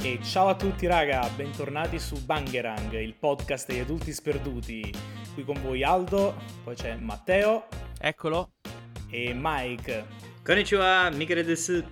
E ciao a tutti raga, bentornati su Bangerang, il podcast degli adulti sperduti. Qui con voi Aldo, poi c'è Matteo. Eccolo. E Mike. Konnichiwa, Michele desu.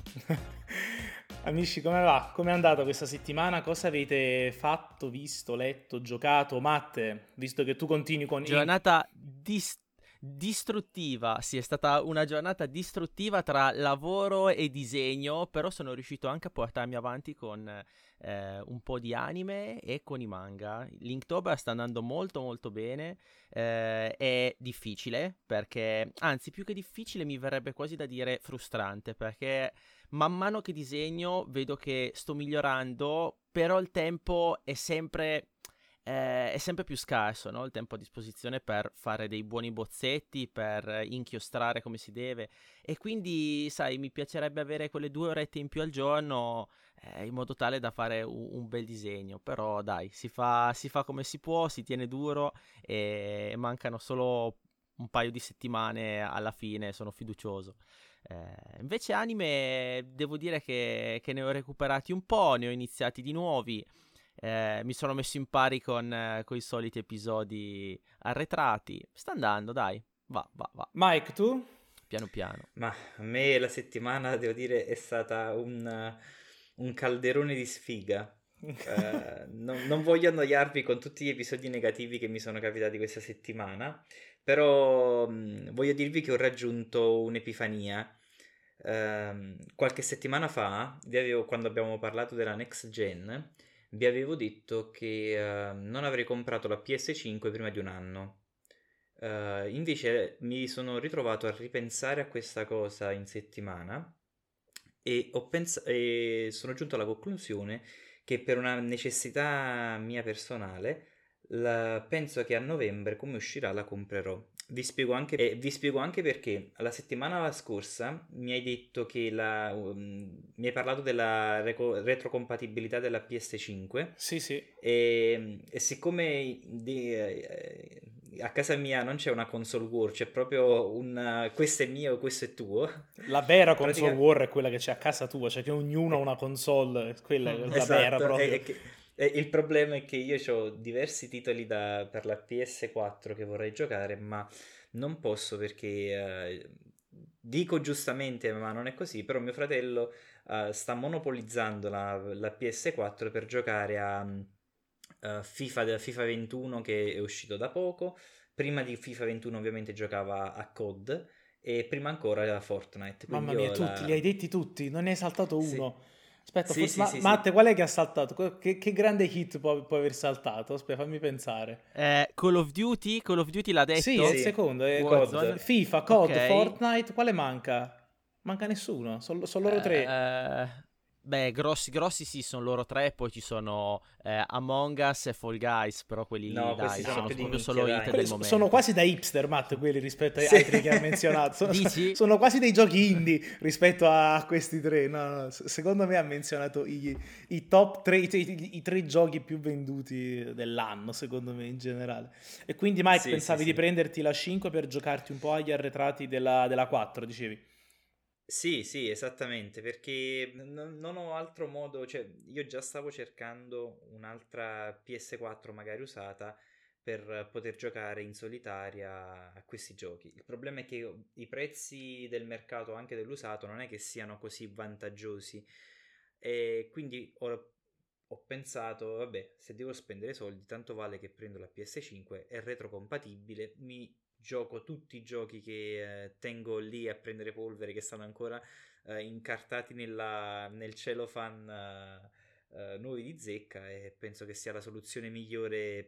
Amici, come va? Come è andata questa settimana? Cosa avete fatto, visto, letto, giocato? Matte, visto che tu continui con... Giornata distruttiva, sì, è stata una giornata distruttiva tra lavoro e disegno, però sono riuscito anche a portarmi avanti con un po' di anime e con i manga. Linktober sta andando molto molto bene, è difficile perché, anzi più che difficile mi verrebbe quasi da dire frustrante, perché man mano che disegno vedo che sto migliorando, però il tempo è sempre più scarso, no? Il tempo a disposizione per fare dei buoni bozzetti, per inchiostrare come si deve, e quindi, sai, mi piacerebbe avere quelle 2 orette in più al giorno, in modo tale da fare un bel disegno. Però dai, si fa come si può, si tiene duro e mancano solo un paio di settimane alla fine, sono fiducioso. Invece anime, devo dire che ne ho recuperati un po', ne ho iniziati di nuovi. Mi sono messo in pari con i soliti episodi arretrati. Sta andando, dai. Va. Mike, tu? Piano piano. Ma a me la settimana, devo dire, è stata un calderone di sfiga. Non voglio annoiarvi con tutti gli episodi negativi che mi sono capitati questa settimana, però voglio dirvi che ho raggiunto un'epifania. Qualche settimana fa, quando abbiamo parlato della next gen, vi avevo detto che non avrei comprato la PS5 prima di un anno. Invece mi sono ritrovato a ripensare a questa cosa in settimana e sono giunto alla conclusione che per una necessità mia personale penso che a novembre, come uscirà, la comprerò. Vi spiego anche perché la settimana scorsa mi hai detto che mi hai parlato della retrocompatibilità della PS5. Sì. E siccome a casa mia non c'è una console war, c'è proprio questo è mio, questo è tuo. La vera console war è quella che c'è a casa tua, cioè che ognuno ha una console, quella è la Esatto, vera proprio. Il problema è che io ho diversi titoli per la PS4 che vorrei giocare, ma non posso perché dico giustamente, ma non è così, però mio fratello sta monopolizzando la PS4 per giocare a FIFA 21 che è uscito da poco. Prima di FIFA 21 ovviamente giocava a COD e prima ancora a Fortnite. Mamma mia, tutti, li hai detti tutti, non ne hai saltato Sì. uno. Aspetta, Sì, forse, sì. Matte, qual è che ha saltato? Che grande hit può aver saltato? Aspetta, fammi pensare. Call of Duty l'ha detto? Sì, è il secondo, è Warzone. FIFA, COD, Ok. Fortnite, quale manca? Manca nessuno, sono loro tre. Beh, grossi sì, sono loro 3. Poi ci sono Among Us e Fall Guys, però quelli, No, dai, questi sono più di proprio nicchia, solo dai. hit Quelli del momento. sono quasi da hipster, Matt, quelli rispetto ai Sì. altri che ha menzionato. Dici? Sono quasi dei giochi indie rispetto a questi tre. No, secondo me ha menzionato i top 3, i 3 giochi più venduti dell'anno, secondo me in generale. E quindi Mike, pensavi di prenderti la 5 per giocarti un po' agli arretrati della 4, dicevi? Sì, esattamente, perché non ho altro modo, cioè io già stavo cercando un'altra PS4 magari usata per poter giocare in solitaria a questi giochi. Il problema è che i prezzi del mercato, anche dell'usato, non è che siano così vantaggiosi e quindi ho pensato, vabbè, se devo spendere soldi, tanto vale che prendo la PS5, è retrocompatibile, mi gioco tutti i giochi che tengo lì a prendere polvere, che stanno ancora incartati nel cellophane nuovi di zecca, e penso che sia la soluzione migliore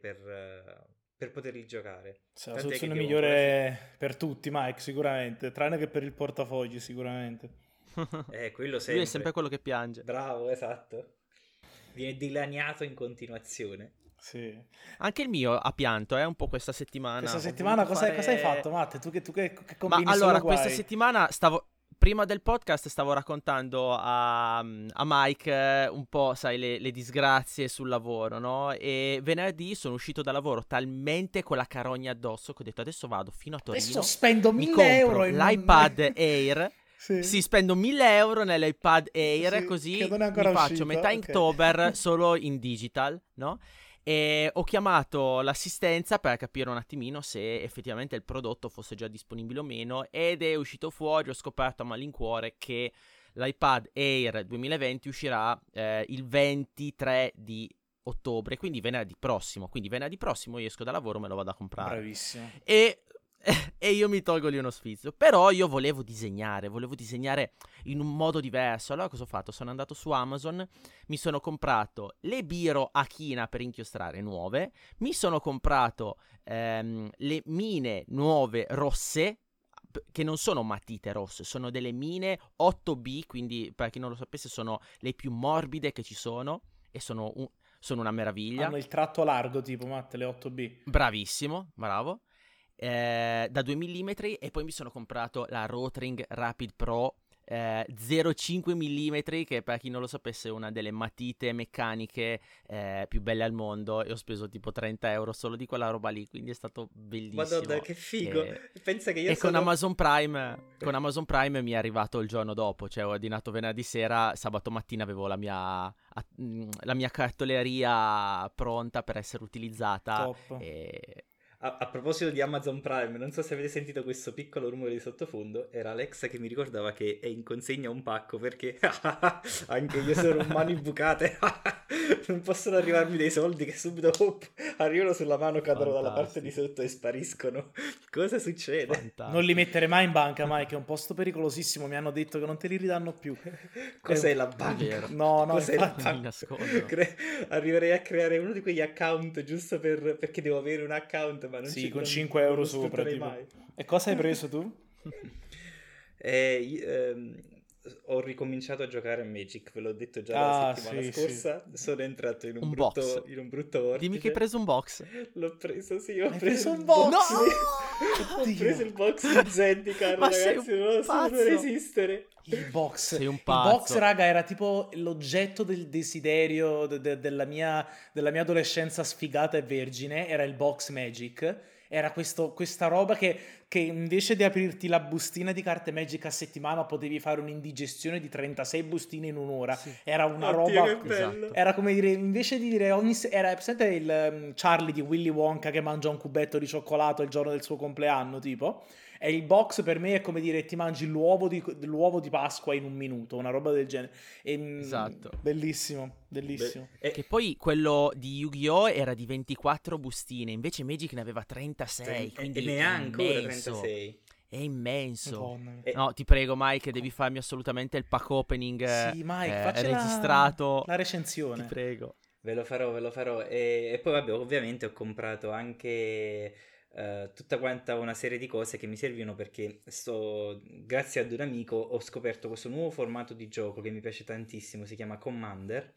per poterli giocare. Sì, la Tant'è soluzione che ho migliore per tutti, Mike, sicuramente, tranne che per il portafogli, sicuramente. quello Lui è sempre quello che piange. Bravo, esatto. Viene dilaniato in continuazione. Sì. Anche il mio ha pianto, un po' questa settimana. Questa Ho settimana voluto cosa hai fatto, Matte? Tu che combini Ma allora, solo guai. questa settimana prima del podcast stavo raccontando a Mike un po', sai, le disgrazie sul lavoro, no? E venerdì sono uscito da lavoro talmente con la carogna addosso che ho detto adesso vado fino a Torino. Adesso spendo mi 1.000 compro euro e l'iPad Air. Sì, spendo 1.000 euro nell'iPad Air, Sì, così che non è mi ancora faccio uscito, metà ok. Inktober solo in digital, no? E ho chiamato l'assistenza per capire un attimino se effettivamente il prodotto fosse già disponibile o meno, ed è uscito fuori, ho scoperto a malincuore che l'iPad Air 2020 uscirà il 23 di ottobre, quindi venerdì prossimo. Quindi venerdì prossimo io esco da lavoro, me lo vado a comprare. Bravissimo. E io mi tolgo lì uno sfizio. Però io volevo disegnare in un modo diverso. Allora cosa ho fatto? Sono andato su Amazon, mi sono comprato le biro Akina per inchiostrare nuove, mi sono comprato le mine nuove rosse, che non sono matite rosse, sono delle mine 8B, quindi per chi non lo sapesse sono le più morbide che ci sono e sono una meraviglia. Hanno il tratto largo tipo, Matte, le 8B. Bravissimo, bravo. Da 2 mm, e poi mi sono comprato la Rotring Rapid Pro 0,5 mm, che per chi non lo sapesse è una delle matite meccaniche più belle al mondo, e ho speso tipo 30 euro solo di quella roba lì, quindi è stato bellissimo. Madonna, che figo. Pensa che io e sono... con Amazon Prime mi è arrivato il giorno dopo, cioè ho ordinato venerdì sera, sabato mattina avevo la mia cartoleria pronta per essere utilizzata. Top. E A proposito di Amazon Prime, non so se avete sentito questo piccolo rumore di sottofondo, era Alexa che mi ricordava che è in consegna un pacco, perché anche io sono mani bucate, non possono arrivarmi dei soldi che subito arrivano sulla mano, cadono dalla parte di sotto e spariscono. Cosa succede? Fantastico. Non li mettere mai in banca, Mike, è un posto pericolosissimo, mi hanno detto che non te li ridanno più. Cos'è la banca? No, Cos'è infatti. Mi nascondo. Arriverei a creare uno di quegli account giusto perché devo avere un account, ma non Sì, ci con non- 5 non euro lo sopra, sfrutterei tipo. mai. E cosa hai preso tu? Ho ricominciato a giocare a Magic, ve l'ho detto già Ah, la settimana sì, scorsa. Sono entrato in un Un brutto, box. in un brutto vortice. Dimmi che hai preso un box. L'ho preso, sì, ho Hai preso preso il un box? Ho Oddio. preso il box di Zendikar, Ma sei ragazzi, un non lo pazzo. potuto resistere. Il box. Sei un Il pazzo. box, raga, era tipo l'oggetto del desiderio della mia adolescenza sfigata e vergine. Era il box Magic. Era questa roba che invece di aprirti la bustina di carte Magic a settimana potevi fare un'indigestione di 36 bustine in un'ora. Sì. Era una Oddio, roba... che bello. Esatto. Era come dire, invece di dire era presente il Charlie di Willy Wonka che mangia un cubetto di cioccolato il giorno del suo compleanno, tipo. E il box per me è come dire ti mangi l'uovo di Pasqua in un minuto, una roba del genere. Esatto. Bellissimo, bellissimo. Che poi quello di Yu-Gi-Oh! Era di 24 bustine, invece Magic ne aveva 36, quindi e ne ha ancora immenso. 36. È immenso. Madonna mia. E- No, ti prego, Mike, devi farmi assolutamente il pack opening Sì, Mike, facci registrato. la recensione. Ti prego. Ve lo farò. E poi vabbè, ovviamente ho comprato anche tutta quanta una serie di cose che mi servivano, perché grazie ad un amico ho scoperto questo nuovo formato di gioco che mi piace tantissimo, si chiama Commander.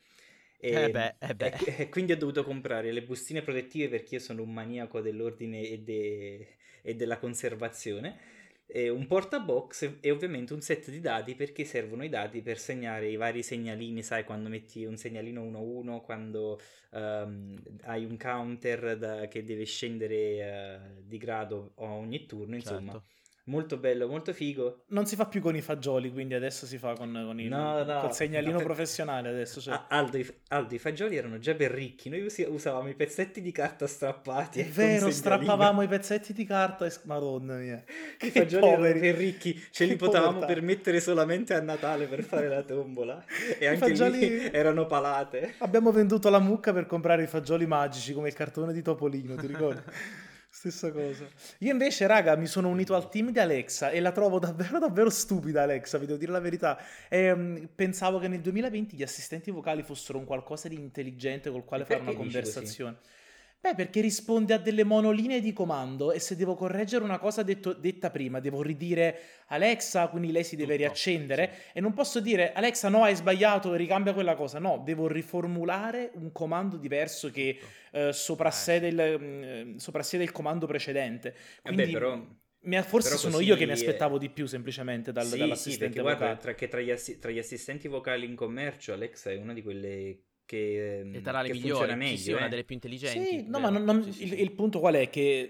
E quindi ho dovuto comprare le bustine protettive perché io sono un maniaco dell'ordine e della conservazione, e un portabox e ovviamente un set di dadi, perché servono i dadi per segnare i vari segnalini, sai, quando metti un segnalino 1-1, quando hai un counter che deve scendere di grado ogni turno, insomma. Certo. Molto bello, molto figo. Non si fa più con i fagioli, quindi adesso si fa con col segnalino professionale adesso. Cioè. Aldo, i fagioli erano già per ricchi, noi usavamo i pezzetti di carta strappati. È vero, strappavamo i pezzetti di carta Madonna mia. I fagioli poveri. erano per ricchi, ce li potevamo permettere solamente a Natale per fare la tombola. E anche lì erano palate. Abbiamo venduto la mucca per comprare i fagioli magici, come il cartone di Topolino, ti ricordi? Stessa cosa. Io invece, raga, mi sono unito al team di Alexa e la trovo davvero davvero stupida, Alexa, vi devo dire la verità. Pensavo che nel 2020 gli assistenti vocali fossero un qualcosa di intelligente col quale fare una conversazione. Beh, perché risponde a delle monolinee di comando e se devo correggere una cosa detta prima, devo ridire Alexa, quindi lei si deve riaccendere, sì. E non posso dire Alexa no, hai sbagliato, ricambia quella cosa. No, devo riformulare un comando diverso che soprassiede il comando precedente. Quindi forse sono io che mi aspettavo di più semplicemente dall'assistente vocale. Perché tra gli assistenti vocali in commercio Alexa è una di quelle che tra le migliori, meglio, sì, una delle più intelligenti. Sì, no, ma il punto qual è? Che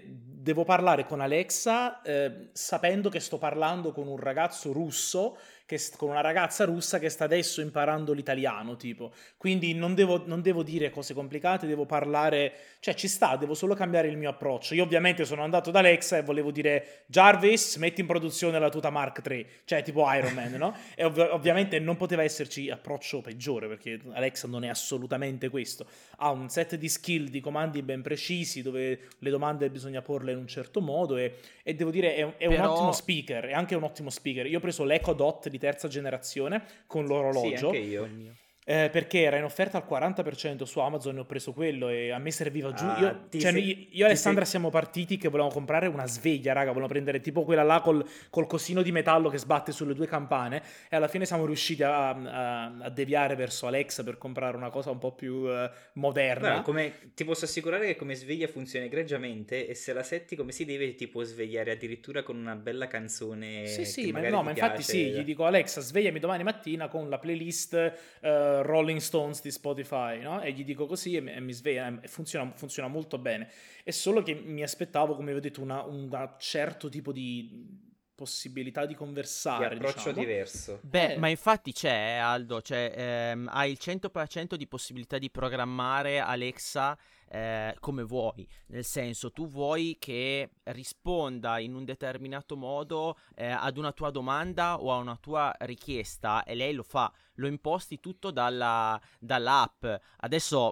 devo parlare con Alexa sapendo che sto parlando con un ragazzo russo, con una ragazza russa che sta adesso imparando l'italiano, tipo. Quindi non devo dire cose complicate, devo parlare, cioè ci sta, devo solo cambiare il mio approccio. Io ovviamente sono andato da Alexa e volevo dire Jarvis, metti in produzione la tuta Mark III, cioè tipo Iron Man, no? E ovviamente non poteva esserci approccio peggiore, perché Alexa non è assolutamente questo. Ha un set di skill, di comandi ben precisi, dove le domande bisogna porle in un certo modo e devo dire è un ottimo speaker, è anche un ottimo speaker. Io ho preso l'Echo Dot di terza generazione con l'orologio. Sì, anche io. Perché era in offerta al 40% su Amazon e ho preso quello e a me serviva giù. Io e Alessandra siamo partiti che volevamo comprare una sveglia, raga, volevamo prendere tipo quella là col cosino di metallo che sbatte sulle due campane e alla fine siamo riusciti a deviare verso Alexa per comprare una cosa un po' più moderna. Beh, ti posso assicurare che come sveglia funziona egregiamente e se la setti come si deve ti può svegliare addirittura con una bella canzone. Sì, ma infatti sì, gli dico Alexa svegliami domani mattina con la playlist Rolling Stones di Spotify, no? E gli dico così e mi sveglia e funziona molto bene. È solo che mi aspettavo, come vi ho detto, un certo tipo di possibilità di conversare, di approccio diverso. Beh, ma infatti c'è, Aldo, hai il 100% di possibilità di programmare Alexa come vuoi, nel senso tu vuoi che risponda in un determinato modo ad una tua domanda o a una tua richiesta e lei lo fa, lo imposti tutto dall'app. Adesso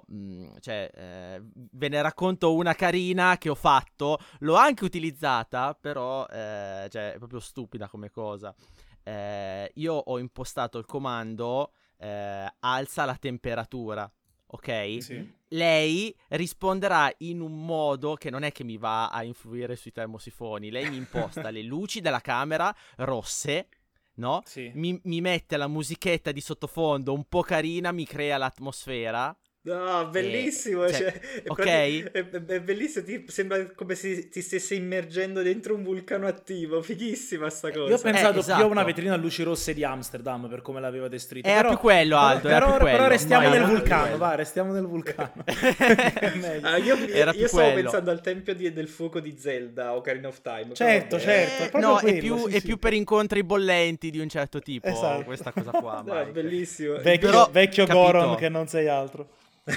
ve ne racconto una carina che ho fatto, l'ho anche utilizzata, però è proprio stupida come cosa. Io ho impostato il comando alza la temperatura, ok? Sì. Lei risponderà in un modo che non è che mi va a influire sui termosifoni. Lei mi imposta le luci della camera rosse, no? Sì. Mi mette la musichetta di sottofondo un po' carina, mi crea l'atmosfera. No, bellissimo, ok? È bellissimo, sembra come se ti stesse immergendo dentro un vulcano attivo, fighissima sta cosa. Io ho pensato esatto. più a una vetrina a luci rosse di Amsterdam per come l'aveva descritta. Era più quello, Aldo, però restiamo nel vulcano, va, restiamo nel vulcano. Io stavo pensando al tempio del fuoco di Zelda, Ocarina of Time. Certo, no, quello, è più per incontri bollenti di un certo tipo, esatto. Questa cosa qua. No, è bellissimo. Vecchio Goron che non sei altro.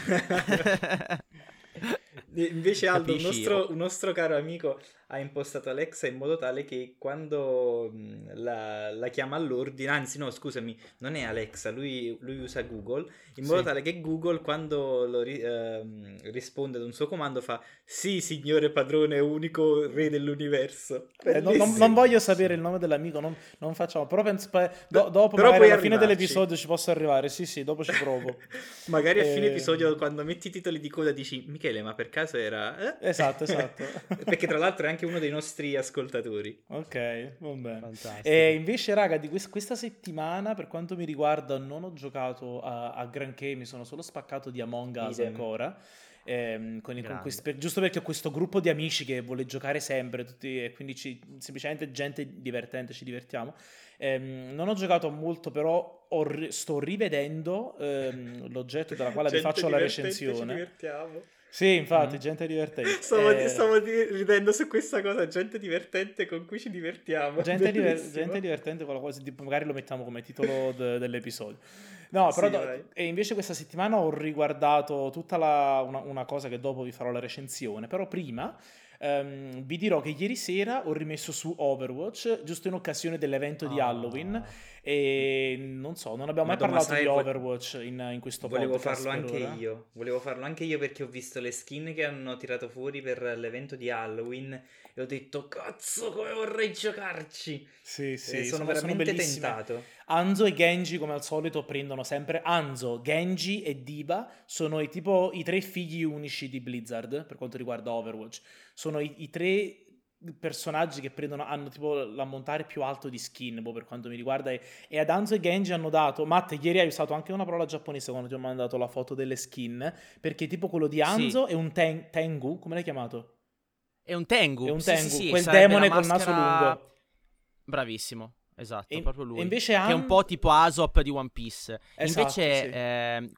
Invece Aldo, un nostro caro amico ha impostato Alexa in modo tale che quando la chiama all'ordine, anzi no scusami, non è Alexa, lui usa Google, in modo tale che Google quando risponde ad un suo comando fa sì signore padrone unico re dell'universo. Non voglio sapere il nome dell'amico, non facciamo, però penso dopo però magari alla fine dell'episodio ci posso arrivare, sì dopo ci provo. Magari a fine episodio quando metti i titoli di coda dici Michele ma per caso era esatto perché tra l'altro è anche uno dei nostri ascoltatori. Ok, va bene. Fantastico. E invece raga di questa settimana per quanto mi riguarda non ho giocato a granché, mi sono solo spaccato di Among Us ancora. Giusto perché ho questo gruppo di amici che vuole giocare sempre tutti, e quindi semplicemente gente divertente, ci divertiamo. Non ho giocato molto, però sto rivedendo l'oggetto della quale vi faccio la recensione. Ci divertiamo. Sì, infatti, gente divertente. Stavo ridendo su questa cosa, gente divertente con cui ci divertiamo. Gente divertente con la quale magari lo mettiamo come titolo dell'episodio. No, però e invece questa settimana ho riguardato tutta una cosa che dopo vi farò la recensione, però prima vi dirò che ieri sera ho rimesso su Overwatch giusto in occasione dell'evento di Halloween e non abbiamo mai parlato di Overwatch in questo podcast. Volevo farlo anche io perché ho visto le skin che hanno tirato fuori per l'evento di Halloween e ho detto cazzo come vorrei giocarci. Sì, sono veramente tentato. Anzo e Genji come al solito prendono sempre Anzo, Genji e D.Va sono i 3 figli unici di Blizzard per quanto riguarda Overwatch. Sono i 3 personaggi che hanno tipo l'ammontare più alto di skin per quanto mi riguarda e ad Anzo e Genji hanno dato Matt, ieri hai usato anche una parola giapponese quando ti ho mandato la foto delle skin perché tipo quello di Anzo è un Tengu, come l'hai chiamato? È un Tengu, sì, quel demone col naso lungo. Bravissimo, esatto, proprio lui. Invece che è un po' tipo Aesop di One Piece. Esatto, invece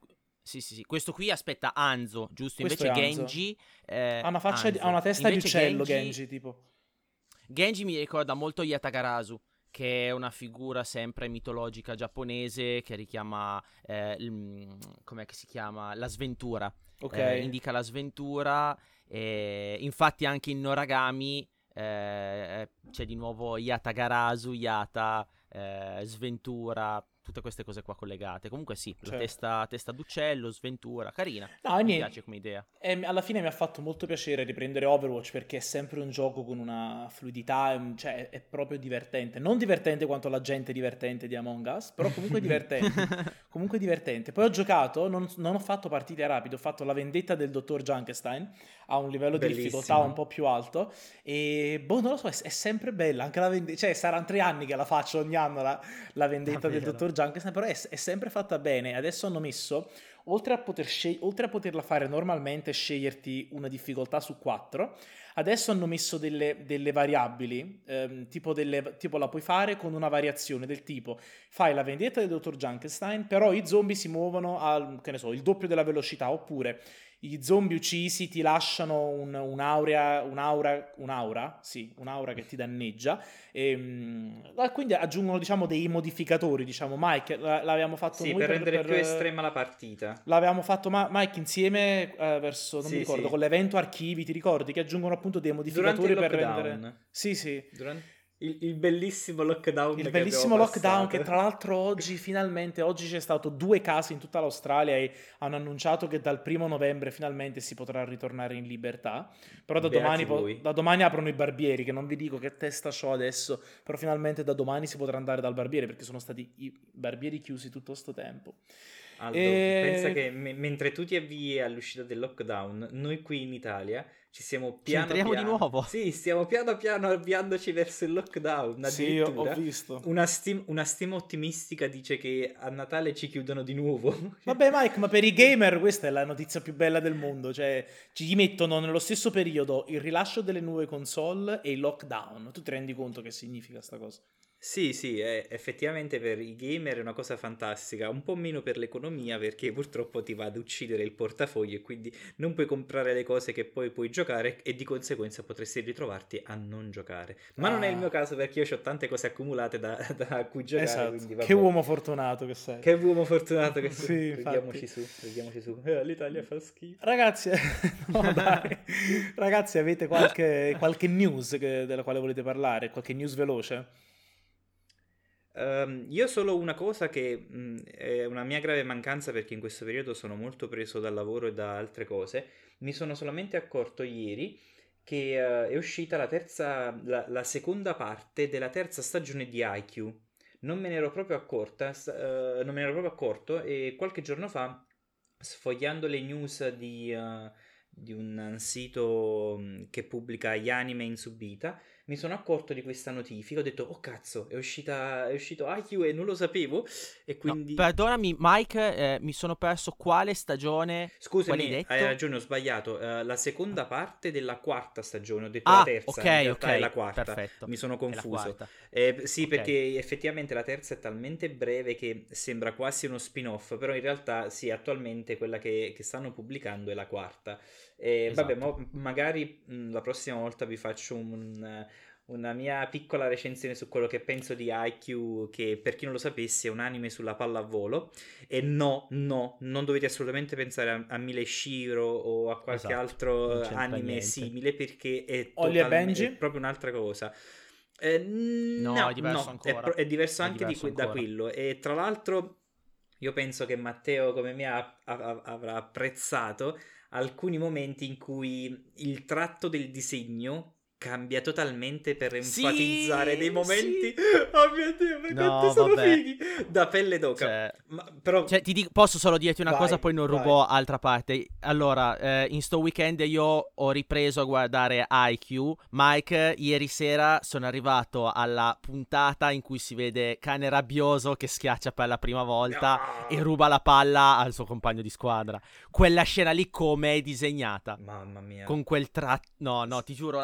Sì. Questo qui aspetta Hanzo, giusto? Questo Invece è Hanzo. Genji Ha una faccia Hanzo. ha una testa di Invece uccello, Genji, tipo. Genji mi ricorda molto Yatagarasu, che è una figura sempre mitologica giapponese che richiama, com'è che si chiama? La sventura. Ok. Indica la sventura, infatti anche in Noragami c'è di nuovo Yatagarasu, Yata, sventura, tutte queste cose qua collegate. Comunque sì, la testa d'uccello, sventura, carina. No, Mi piace come idea. E alla fine mi ha fatto molto piacere riprendere Overwatch perché è sempre un gioco con una fluidità, cioè è proprio divertente. Non divertente quanto la gente divertente di Among Us, però comunque divertente. Comunque divertente. Poi ho giocato, non ho fatto partite rapide, ho fatto la vendetta del dottor Junkenstein a un livello di difficoltà un po' più alto e non lo so, è sempre bella. Anche la vendetta, cioè saranno 3 anni che la faccio ogni anno la vendetta del dottor Junkenstein, però è sempre fatta bene. Adesso hanno messo, oltre a poterla fare normalmente, sceglierti una difficoltà su 4, adesso hanno messo delle variabili, tipo la puoi fare con una variazione del tipo: fai la vendetta del dottor Junkenstein, però i zombie si muovono al, che ne so, il doppio della velocità, oppure gli zombie uccisi ti lasciano un'aura che ti danneggia, e quindi aggiungono, diciamo, dei modificatori, diciamo. Mike, l'avevamo fatto noi per rendere più estrema la partita. L'avevamo fatto Mike insieme verso, non mi ricordo, con l'evento archivi, ti ricordi? Che aggiungono appunto dei modificatori per rendere... Sì. Durante il bellissimo lockdown. Il bellissimo lockdown che tra l'altro finalmente oggi c'è stato 2 casi in tutta l'Australia e hanno annunciato che dal 1 novembre finalmente si potrà ritornare in libertà. Però da domani aprono i barbieri, che non vi dico che testa c'ho adesso, però finalmente da domani si potrà andare dal barbiere perché sono stati i barbieri chiusi tutto sto tempo. Aldo, pensa che mentre tu ti avvii all'uscita del lockdown, noi qui in Italia ci stiamo piano di nuovo. Sì, stiamo piano avviandoci verso il lockdown. Sì, ho visto. Una stima ottimistica dice che a Natale ci chiudono di nuovo. Vabbè Mike, ma per i gamer questa è la notizia più bella del mondo. Cioè, ci mettono nello stesso periodo il rilascio delle nuove console e il lockdown. Tu ti rendi conto che significa sta cosa? Sì, effettivamente per i gamer è una cosa fantastica, un po' meno per l'economia perché purtroppo ti va ad uccidere il portafoglio e quindi non puoi comprare le cose che poi puoi giocare e di conseguenza potresti ritrovarti a non giocare. Ma non è il mio caso perché io ho tante cose accumulate da cui giocare. Esatto. Quindi vabbè. Che uomo fortunato che sei. Che uomo fortunato che sei. Sì, Vediamoci su. L'Italia fa schifo. Ragazzi, no, dai. Ragazzi, avete qualche news della quale volete parlare? Qualche news veloce? Io solo una cosa che è una mia grave mancanza perché in questo periodo sono molto preso dal lavoro e da altre cose. Mi sono solamente accorto ieri che è uscita la seconda parte della terza stagione di IQ. Non me ne ero proprio accorto e qualche giorno fa, sfogliando le news di un sito che pubblica gli anime in subita, mi sono accorto di questa notifica, ho detto oh cazzo, è uscito IQ e non lo sapevo e quindi... No, perdonami Mike, mi sono perso quale stagione. Scusami, hai ragione, ho sbagliato, la seconda parte della quarta stagione, ho detto la terza, in realtà è la quarta, perfetto. Mi sono confuso. Sì, okay. Perché effettivamente la terza è talmente breve che sembra quasi uno spin-off, però in realtà sì, attualmente quella che stanno pubblicando è la quarta. Esatto. Vabbè, magari la prossima volta vi faccio una mia piccola recensione su quello che penso di IQ, che per chi non lo sapesse è un anime sulla pallavolo e no, non dovete assolutamente pensare a Mile Shiro o a qualche altro anime simile perché è proprio un'altra cosa. No, è diverso ancora. È diverso anche da quello e tra l'altro io penso che Matteo come me avrà apprezzato alcuni momenti in cui il tratto del disegno cambia totalmente per enfatizzare dei momenti. Oh mio Dio, ma quanto sono fighi! Da pelle d'oca. Ti dico, posso solo dirti una cosa, poi non rubo altra parte. Allora, in sto weekend io ho ripreso a guardare IQ. Mike, ieri sera sono arrivato alla puntata in cui si vede Cane Rabbioso che schiaccia per la prima volta e ruba la palla al suo compagno di squadra. Quella scena lì come è disegnata. Mamma mia. Con quel tratto. No, ti giuro, la pelle d'oca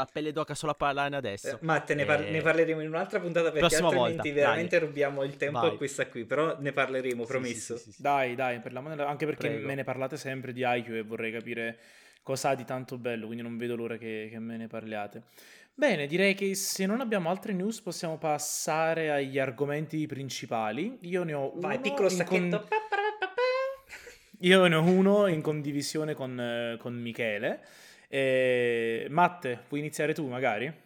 tocca solo parlarne adesso. Matte, ne parleremo in un'altra puntata, perché Prossima altrimenti volta, veramente dai. rubiamo il tempo Vai. a questa qui, però ne parleremo, Sì, promesso. sì. Dai, parliamone, anche perché Prego. me ne parlate sempre di IQ e vorrei capire cosa ha di tanto bello, quindi non vedo l'ora che me ne parliate. Bene, direi che se non abbiamo altre news possiamo passare agli argomenti principali. Io ne ho Vai, uno piccolo stacchetto. Io ne ho uno in condivisione con Michele. Matte, puoi iniziare tu magari?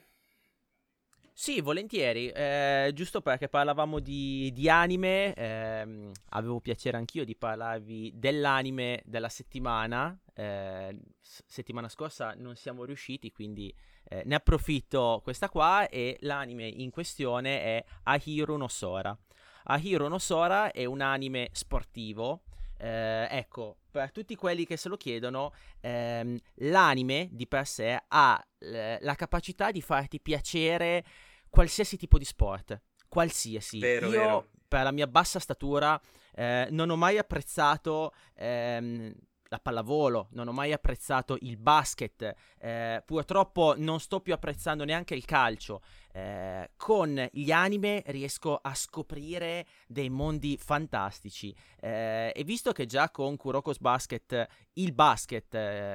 Sì, volentieri, giusto perché parlavamo di anime, avevo piacere anch'io di parlarvi dell'anime della settimana, settimana scorsa non siamo riusciti, quindi ne approfitto questa qua, e l'anime in questione è Ahiru no Sora. Ahiru no Sora è un anime sportivo. Ecco, per tutti quelli che se lo chiedono, l'anime di per sé ha la capacità di farti piacere qualsiasi tipo di sport, qualsiasi. Vero, Io, vero. per la mia bassa statura, non ho mai apprezzato la pallavolo, non ho mai apprezzato il basket, purtroppo non sto più apprezzando neanche il calcio. Con gli anime riesco a scoprire dei mondi fantastici, e visto che già con Kuroko's Basket il basket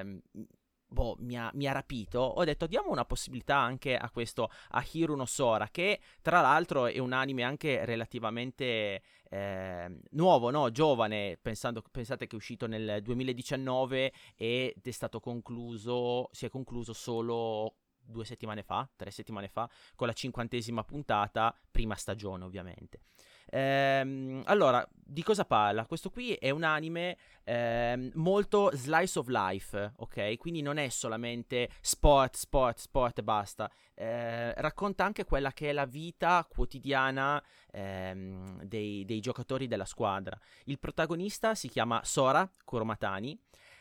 mi ha rapito, ho detto diamo una possibilità anche a questo Ahiru no Sora, che tra l'altro è un anime anche relativamente nuovo, no? Giovane, pensate che è uscito nel 2019 ed è stato concluso, si è concluso solo 3 settimane fa, con la 50ª puntata, prima stagione ovviamente. Allora, di cosa parla? Questo qui è un anime molto slice of life, ok? Quindi non è solamente sport e basta. Racconta anche quella che è la vita quotidiana dei giocatori della squadra. Il protagonista si chiama Sora Kuromatani.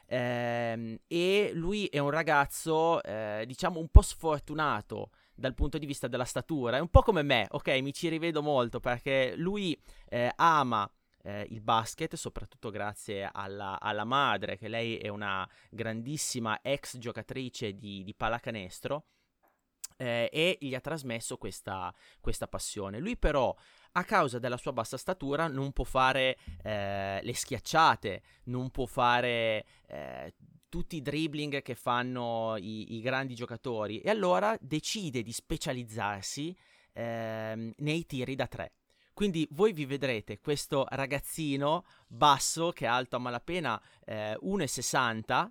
E lui è un ragazzo, diciamo, un po' sfortunato dal punto di vista della statura. È un po' come me, ok? Mi ci rivedo molto perché lui ama il basket, soprattutto grazie alla madre, che lei è una grandissima ex giocatrice di pallacanestro. E gli ha trasmesso questa passione. Lui però, a causa della sua bassa statura, non può fare le schiacciate, non può fare tutti i dribbling che fanno i grandi giocatori, e allora decide di specializzarsi nei tiri da 3. Quindi voi vi vedrete questo ragazzino basso, che è alto a malapena 1,60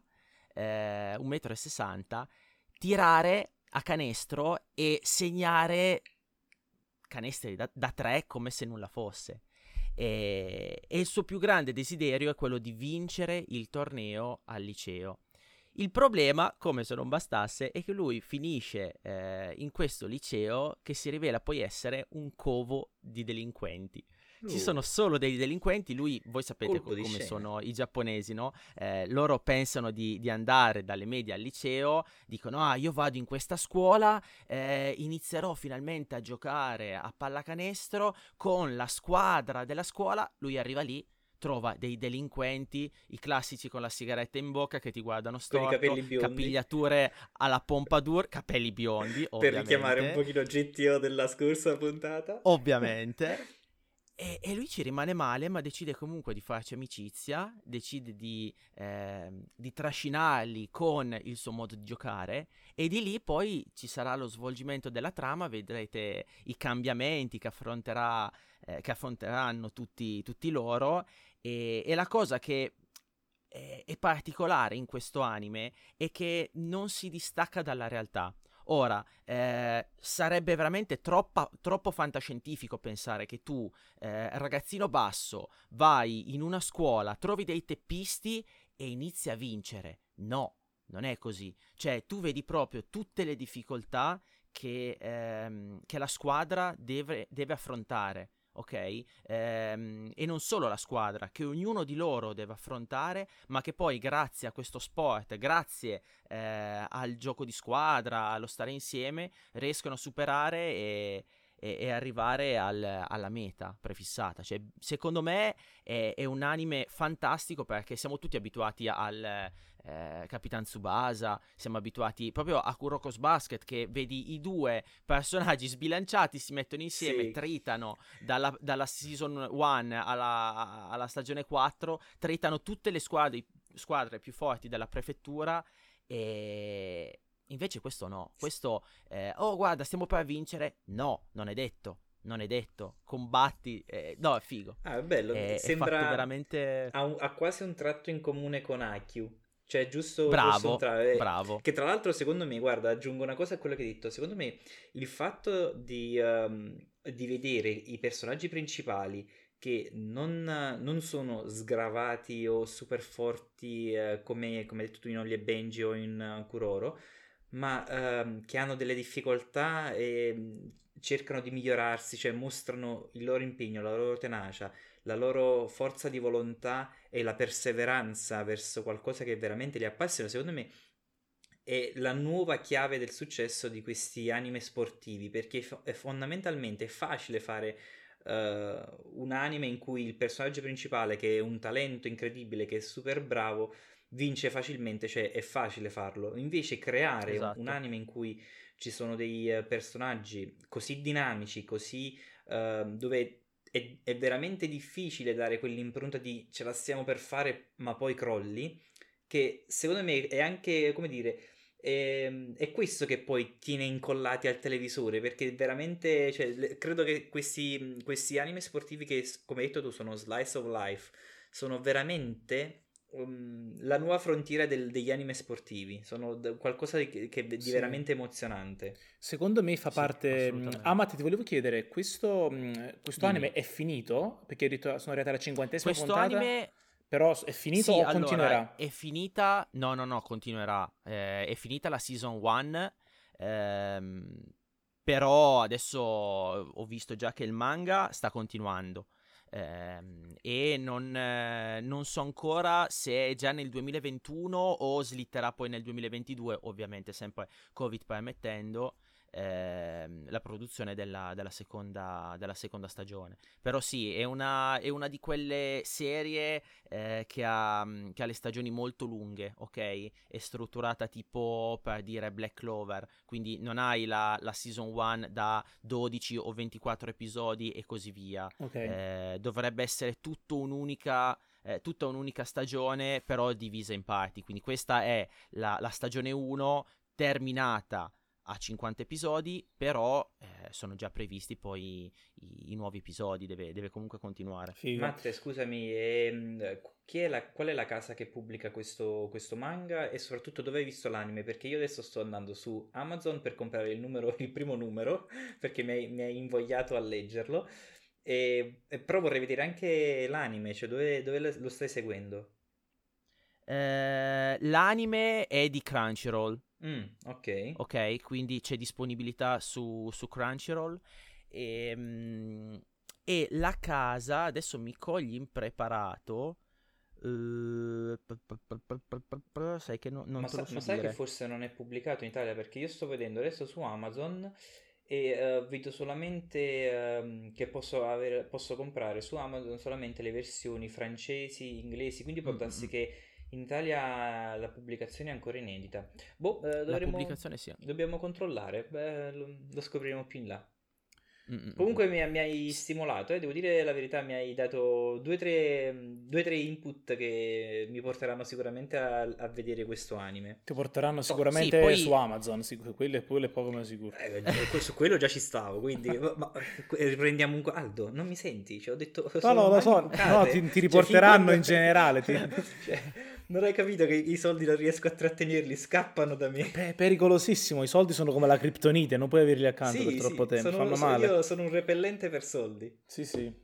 1,60 m, tirare a canestro e segnare canestri da 3 come se nulla fosse. E il suo più grande desiderio è quello di vincere il torneo al liceo. Il problema, come se non bastasse, è che lui finisce in questo liceo che si rivela poi essere un covo di delinquenti. Ci sono solo dei delinquenti. Lui, voi sapete come scena. sono i giapponesi, no? Loro pensano di andare dalle medie al liceo, dicono io vado in questa scuola, inizierò finalmente a giocare a pallacanestro con la squadra della scuola. Lui arriva lì, trova dei delinquenti, i classici con la sigaretta in bocca che ti guardano storto, con i capelli biondi, capigliature alla pompadour, capelli biondi, ovviamente. Per richiamare un pochino GTO della scorsa puntata. Ovviamente. E lui ci rimane male, ma decide comunque di farci amicizia, decide di trascinarli con il suo modo di giocare, e di lì poi ci sarà lo svolgimento della trama, vedrete i cambiamenti che affronteranno tutti loro, e la cosa che è particolare in questo anime è che non si distacca dalla realtà. Ora, sarebbe veramente troppo fantascientifico pensare che tu, ragazzino basso, vai in una scuola, trovi dei teppisti e inizi a vincere. No, non è così. Cioè, tu vedi proprio tutte le difficoltà che la squadra deve affrontare. Ok? E non solo la squadra, che ognuno di loro deve affrontare, ma che poi grazie a questo sport, grazie al gioco di squadra, allo stare insieme, riescono a superare e arrivare alla meta prefissata. Cioè, secondo me è un anime fantastico, perché siamo tutti abituati al Capitan Tsubasa, siamo abituati proprio a Kuroko's Basket, che vedi i due personaggi sbilanciati, si mettono insieme, Sì. tritano dalla season 1 alla stagione 4, tritano tutte le squadre più forti della prefettura, e invece questo no, questo oh guarda stiamo per vincere, no, non è detto, combatti, no, è figo, Ah, è bello, è fatto sembra veramente ha quasi un tratto in comune con Haikyuu. Cioè, giusto forse un bravo, tratto. bravo, Che tra l'altro, secondo me, guarda, aggiungo una cosa a quello che hai detto. Secondo me, il fatto di vedere i personaggi principali che non sono sgravati o super forti come hai detto tu in Holly e Benji o in Kuroro, ma che hanno delle difficoltà e cercano di migliorarsi, cioè mostrano il loro impegno, la loro tenacia, la loro forza di volontà e la perseveranza verso qualcosa che veramente li appassiona. Secondo me è la nuova chiave del successo di questi anime sportivi, perché fondamentalmente è facile fare un anime in cui il personaggio principale, che è un talento incredibile, che è super bravo, vince facilmente, cioè è facile farlo. Invece creare un esatto. anime in cui ci sono dei personaggi così dinamici, così dove è veramente difficile dare quell'impronta di ce la stiamo per fare, ma poi crolli, che secondo me è anche, come dire, è questo che poi tiene incollati al televisore, perché veramente, cioè, credo che questi anime sportivi che, come hai detto tu, sono slice of life, sono veramente la nuova frontiera degli anime sportivi, sono qualcosa di Sì. veramente emozionante. Secondo me fa Sì, parte. assolutamente. Amat, ti volevo chiedere, questo anime Dimmi. è finito? Perché sono arrivati alla 50ª Questo puntata, anime, però è finito sì, o allora, continuerà? è finita, no, no, no, continuerà, è finita la season 1, però adesso ho visto già che il manga sta continuando, e non so ancora se è già nel 2021 o slitterà poi nel 2022, ovviamente sempre Covid permettendo, la produzione della seconda stagione. Però sì, è una di quelle serie che ha le stagioni molto lunghe, ok? È strutturata tipo, per dire, Black Clover, quindi non hai la season 1 da 12 o 24 episodi e così via. Ok. Dovrebbe essere tutta un'unica stagione, però divisa in parti. Quindi questa è la stagione 1 terminata a 50 episodi, però sono già previsti poi i nuovi episodi, deve comunque continuare. Figo. Matte, scusami, qual è la casa che pubblica questo manga e soprattutto dove hai visto l'anime? Perché io adesso sto andando su Amazon per comprare il primo numero, perché mi hai invogliato a leggerlo, però vorrei vedere anche l'anime, cioè dove lo stai seguendo? L'anime è di Crunchyroll, Ok. ok? Quindi c'è disponibilità su Crunchyroll. E la casa, adesso mi cogli impreparato. Sai che non te lo Ma so sai che dire. forse non è pubblicato in Italia perché io sto vedendo adesso su Amazon e vedo solamente che posso comprare su Amazon solamente le versioni francesi, inglesi, quindi può Mm, mm, darsi mm. che in Italia la pubblicazione è ancora inedita. Boh, La pubblicazione sì. dobbiamo controllare, beh, lo scopriremo più in là. Mm, mm, mm, mm. Comunque mi hai stimolato, devo dire la verità, mi hai dato due o tre input che mi porteranno sicuramente a vedere questo anime. Ti porteranno Sì, sicuramente su poi Amazon, quello è poco ma sicuro. Su quello già ci stavo, quindi riprendiamo Aldo, non mi senti? Cioè, ho detto, No, sono no, lo mani so, no, bucate. ti Cioè, fin riporteranno quando. in generale. Cioè, non hai capito che i soldi non riesco a trattenerli, scappano da me. È pericolosissimo, i soldi sono come la criptonite, non puoi averli accanto per Sì, troppo sì, tempo, fanno male. io sono un repellente per soldi. Sì, sì.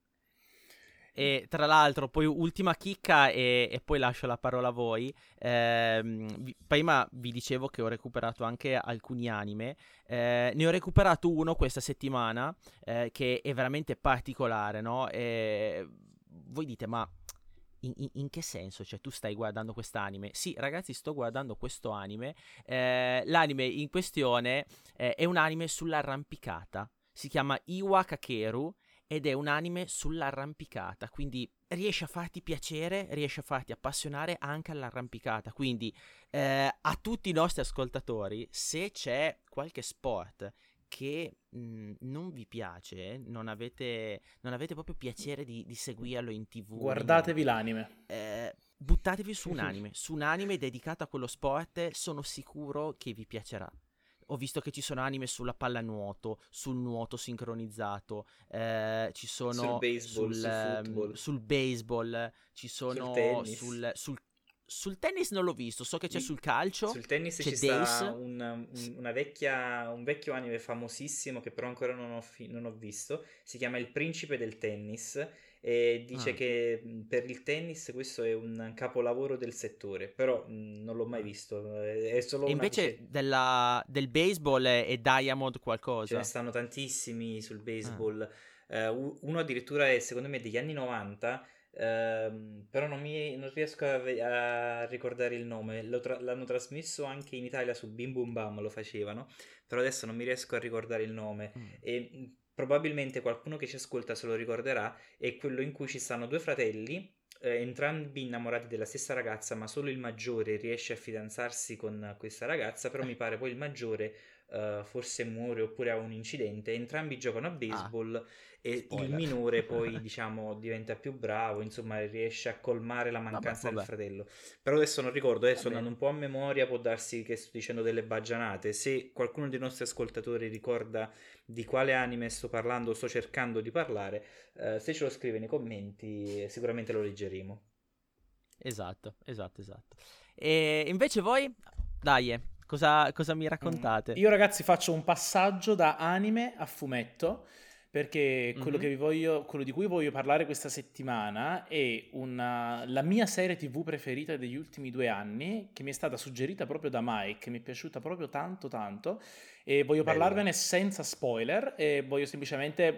E tra l'altro, poi ultima chicca e poi lascio la parola a voi. Prima vi dicevo che ho recuperato anche alcuni anime. Ne ho recuperato uno questa settimana che è veramente particolare, no? Voi dite, ma in che senso? Cioè, tu stai guardando quest'anime? Sì, ragazzi, sto guardando questo anime. L'anime in questione è un anime sull'arrampicata. si chiama Iwa Kakeru ed è un anime sull'arrampicata, quindi riesce a farti piacere, riesce a farti appassionare anche all'arrampicata, quindi a tutti i nostri ascoltatori, se c'è qualche sport che non vi piace, non avete proprio piacere di seguirlo in TV, Guardatevi l'anime. buttatevi su un anime dedicato a quello sport, sono sicuro che vi piacerà. Ho visto che ci sono anime sulla pallanuoto, sul nuoto sincronizzato, ci sono sul baseball, sul football, sul baseball, ci sono tennis. sul tennis non l'ho visto, so che c'è sul calcio, Sul tennis c'è ci Days. sta un vecchio anime famosissimo che però ancora non ho visto, si chiama Il Principe del Tennis e dice che per il tennis questo è un capolavoro del settore, però non l'ho mai visto, è solo E una invece voce. del baseball è Diamond Ce ne qualcosa. stanno tantissimi sul Ah. baseball. Uno addirittura è secondo me degli anni 90, però non riesco a ricordare il nome. L'hanno trasmesso anche in Italia su Bim Bum Bam, lo facevano, però adesso non mi riesco a ricordare il nome. Mm. E probabilmente qualcuno che ci ascolta se lo ricorderà. È quello in cui ci stanno due fratelli. Entrambi innamorati della stessa ragazza, ma solo il maggiore riesce a fidanzarsi con questa ragazza. Però mi pare poi il maggiore forse muore oppure ha un incidente, entrambi giocano a Ah, baseball e il spoiler. minore poi diciamo diventa più bravo, insomma riesce a colmare la Vabbè, mancanza del vabbè, fratello. Però adesso non ricordo, va sto andando bene. un po' a memoria, può darsi che sto dicendo delle baggianate. Se qualcuno dei nostri ascoltatori ricorda di quale anime sto parlando, sto cercando di parlare, se ce lo scrive nei commenti sicuramente lo leggeremo. Esatto. E invece voi, dai, cosa mi raccontate? Io ragazzi faccio un passaggio da anime a fumetto perché Mhm. quello di cui voglio parlare questa settimana è la mia serie TV preferita degli ultimi 2 anni che mi è stata suggerita proprio da Mike, che mi è piaciuta proprio tanto tanto e voglio Bella. parlarvene senza spoiler e voglio semplicemente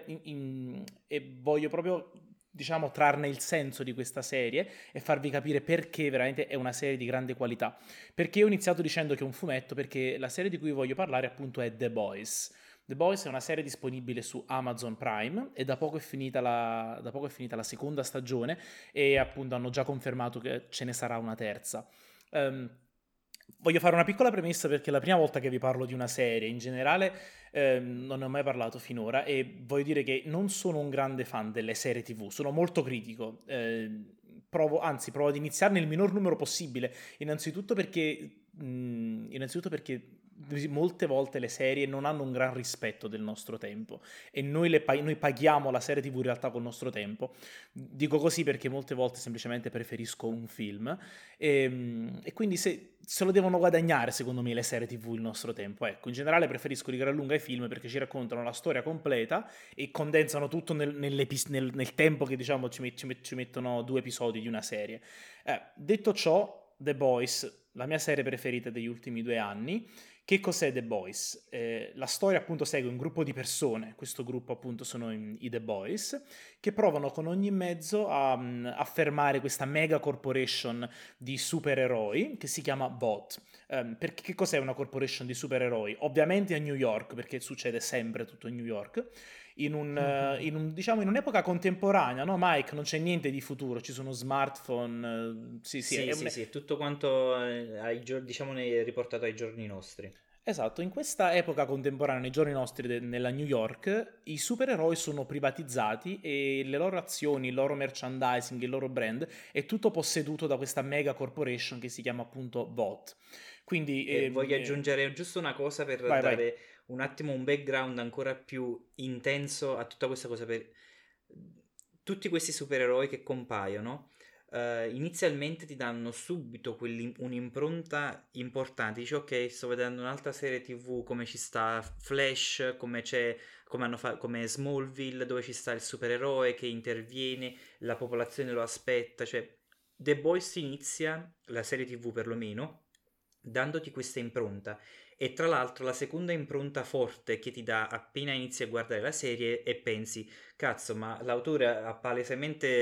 e voglio proprio diciamo trarne il senso di questa serie e farvi capire perché veramente è una serie di grande qualità. Perché ho iniziato dicendo che è un fumetto? Perché la serie di cui voglio parlare appunto è The Boys. The Boys è una serie disponibile su Amazon Prime e da poco è finita la seconda stagione e appunto hanno già confermato che ce ne sarà una terza. Ehm, Voglio fare una piccola premessa perché è la prima volta che vi parlo di una serie, in generale non ne ho mai parlato finora e voglio dire che non sono un grande fan delle serie TV, sono molto critico, provo ad iniziarne il minor numero possibile, innanzitutto perché molte volte le serie non hanno un gran rispetto del nostro tempo e noi paghiamo la serie TV in realtà col nostro tempo. Dico così perché molte volte semplicemente preferisco un film e quindi se lo devono guadagnare, secondo me, le serie TV il nostro tempo. Ecco, in generale preferisco di gran lunga i film perché ci raccontano la storia completa e condensano tutto nel tempo che, diciamo, ci mettono 2 episodi di una serie. Detto ciò, The Boys, la mia serie preferita degli ultimi 2 anni. Che cos'è The Boys? La storia appunto segue un gruppo di persone, questo gruppo appunto sono i The Boys, che provano con ogni mezzo a fermare questa mega corporation di supereroi che si chiama BOT. Perché che cos'è una corporation di supereroi? Ovviamente a New York, perché succede sempre tutto a New York, diciamo, in un'epoca contemporanea, no Mike? Non c'è niente di futuro, ci sono smartphone, sì sì, Sì, sì, sì, è tutto quanto diciamo riportato ai giorni nostri. esatto, in questa epoca contemporanea, nei giorni nostri nella New York, i supereroi sono privatizzati e le loro azioni, il loro merchandising, il loro brand è tutto posseduto da questa mega corporation che si chiama appunto BOT. Quindi, E voglio aggiungere giusto una cosa per vai, vai. dare un attimo un background ancora più intenso a tutta questa cosa. Per tutti questi supereroi che compaiono, inizialmente ti danno subito un'impronta importante. Dici, ok, sto vedendo un'altra serie TV come ci sta Flash, come Smallville, dove ci sta il supereroe che interviene, la popolazione lo aspetta. Cioè, The Boys inizia, la serie TV perlomeno, dandoti questa impronta. E tra l'altro la seconda impronta forte che ti dà appena inizi a guardare la serie e pensi, cazzo, ma l'autore ha palesemente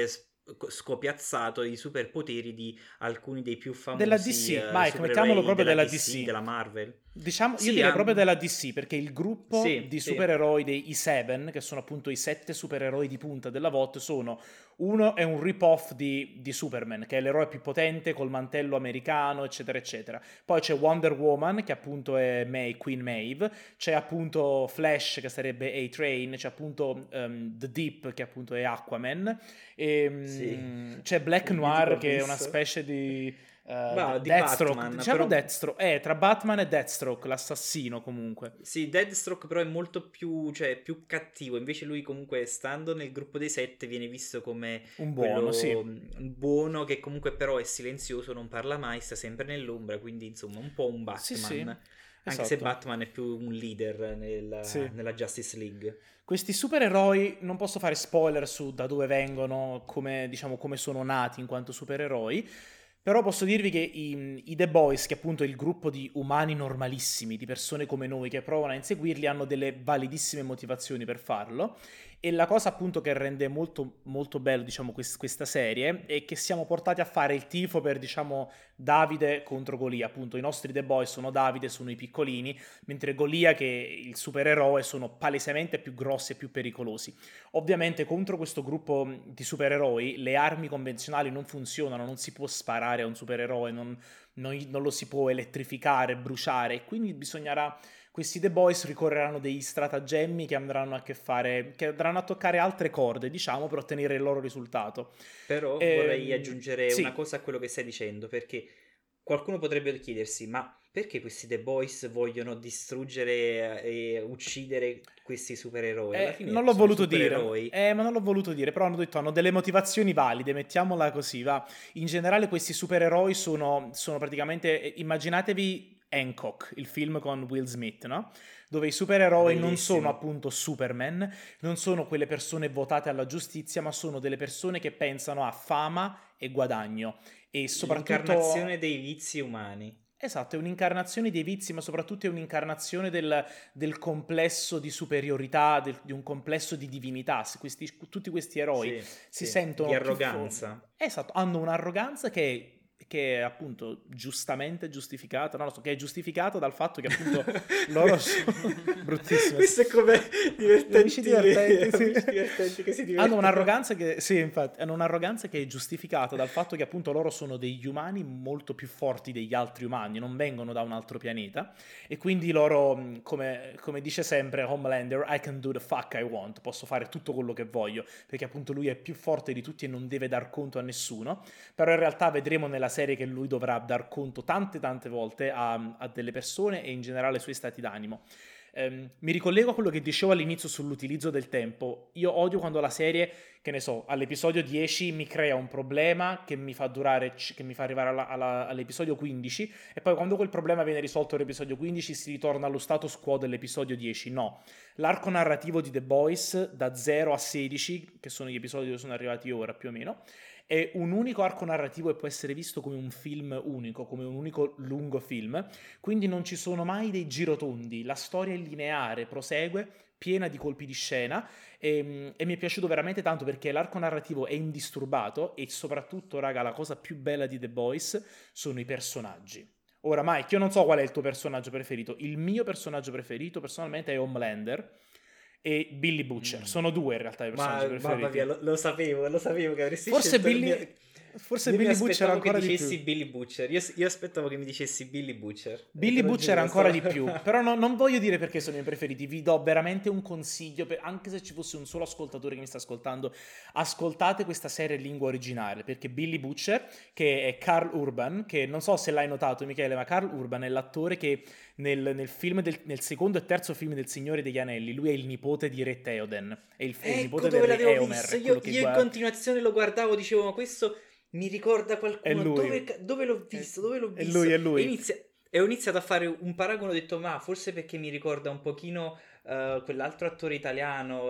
scopiazzato i superpoteri di alcuni dei più Della famosi DC, Mike, mettiamolo supereroi proprio della della DC, DC. della Marvel. Diciamo, io Sì, direi proprio della DC, perché il gruppo sì, di sì. supereroi dei Seven, che sono appunto i 7 supereroi di punta della VOT, sono: uno è un rip-off di Superman, che è l'eroe più potente col mantello americano, eccetera, eccetera. Poi c'è Wonder Woman, che appunto è Queen Maeve, c'è appunto Flash, che sarebbe A-Train, c'è appunto The Deep, che appunto è Aquaman, Sì, c'è Black il mitico Noir, che è una abisso. specie di Di Deathstroke, Batman, diciamo però Deathstroke, tra Batman e Deathstroke, l'assassino comunque. sì, Deathstroke però è molto più, cioè, più cattivo, invece lui comunque stando nel gruppo dei 7 viene visto come Un buono, quello sì. buono che comunque però è silenzioso, non parla mai, sta sempre nell'ombra, quindi insomma un po' un Sì, sì, Batman, anche se esatto. Batman è più un leader Sì. nella Justice League. Questi supereroi, non posso fare spoiler su da dove vengono, come, diciamo, come sono nati in quanto supereroi, però posso dirvi che i The Boys, che appunto è il gruppo di umani normalissimi, di persone come noi che provano a inseguirli, hanno delle validissime motivazioni per farlo. E la cosa appunto che rende molto, molto bello, diciamo, questa serie è che siamo portati a fare il tifo per, diciamo, Davide contro Golia. Appunto, i nostri The Boys sono Davide, sono i piccolini, mentre Golia, che è il supereroe, sono palesemente più grossi e più pericolosi. Ovviamente contro questo gruppo di supereroi le armi convenzionali non funzionano, non si può sparare a un supereroe, non lo si può elettrificare, bruciare, e quindi bisognerà... Questi The Boys ricorreranno degli stratagemmi che andranno a che fare, che andranno a toccare altre corde, diciamo, per ottenere il loro risultato. Però vorrei aggiungere una Sì, cosa a quello che stai dicendo, perché qualcuno potrebbe chiedersi, ma perché questi The Boys vogliono distruggere e uccidere questi supereroi? Alla non fine l'ho sono voluto dire, supereroi. ma non l'ho voluto dire, però hanno detto hanno delle motivazioni valide, mettiamola così, va. In generale questi supereroi sono praticamente, immaginatevi Hancock, il film con Will Smith, no? Dove i supereroi non sono Bellissimo. appunto Superman, non sono quelle persone votate alla giustizia, ma sono delle persone che pensano a fama e guadagno. E L'incarnazione soprattutto... dei vizi umani. Esatto, è un'incarnazione dei vizi, ma soprattutto è un'incarnazione del complesso di superiorità, di un complesso di divinità. Tutti questi eroi Sì, si sì, di sentono più arroganza. esatto, hanno un'arroganza che è appunto giustamente giustificata, non lo so, che è giustificata dal fatto che appunto loro sono bruttissime. Questo è come Amici divertenti, sì. amici divertenti che si Hanno divertono. un'arroganza che, sì, infatti, hanno un'arroganza che è giustificata dal fatto che appunto loro sono degli umani molto più forti degli altri umani, non vengono da un altro pianeta e quindi loro, come dice sempre Homelander, I can do the fuck I want, posso fare tutto quello che voglio, perché appunto lui è più forte di tutti e non deve dar conto a nessuno, però in realtà vedremo nella serie che lui dovrà dar conto tante tante volte a delle persone e in generale ai suoi stati d'animo. Mi ricollego a quello che dicevo all'inizio sull'utilizzo del tempo. Io odio quando la serie, che ne so, all'episodio 10 mi crea un problema che mi fa durare, che mi fa arrivare all'episodio 15 e poi quando quel problema viene risolto all'episodio 15 si ritorna allo status quo dell'episodio 10. No, l'arco narrativo di The Boys da 0 a 16, che sono gli episodi dove sono arrivati ora più o meno, è un unico arco narrativo e può essere visto come un film unico, come un unico lungo film, quindi non ci sono mai dei girotondi, la storia è lineare, prosegue, piena di colpi di scena e mi è piaciuto veramente tanto perché l'arco narrativo è indisturbato e soprattutto, raga, la cosa più bella di The Boys sono i personaggi. Ora, Mike, io non so qual è il tuo personaggio preferito. Il mio personaggio preferito, personalmente, è Homelander e Billy Butcher. Mm. Sono due in realtà i personaggi Ma mamma mia, preferiti. lo sapevo che avresti Forse scelto. Forse Io mi Billy Butcher aspettavo che ancora di dicessi più. Billy Butcher. Io aspettavo che mi dicessi Billy Butcher. Billy Te lo Butcher giuro, ancora di più, però non voglio dire perché sono i miei preferiti, vi do veramente un consiglio, anche se ci fosse un solo ascoltatore che mi sta ascoltando, ascoltate questa serie in lingua originale, perché Billy Butcher, che è Carl Urban, che non so se l'hai notato Michele, ma Carl Urban è l'attore che nel film nel secondo e terzo film del Signore degli Anelli, lui è il nipote di Re Theoden, è il Ecco nipote del dove re l'avevo Eomer, visto. è quello Io in continuazione lo guardavo, dicevo, ma questo mi ricorda è qualcuno. lui. Dove l'ho visto? Dove l'ho È visto? lui, è E, lui. e ho iniziato a fare un paragone, ho detto, ma forse perché mi ricorda un pochino quell'altro attore italiano,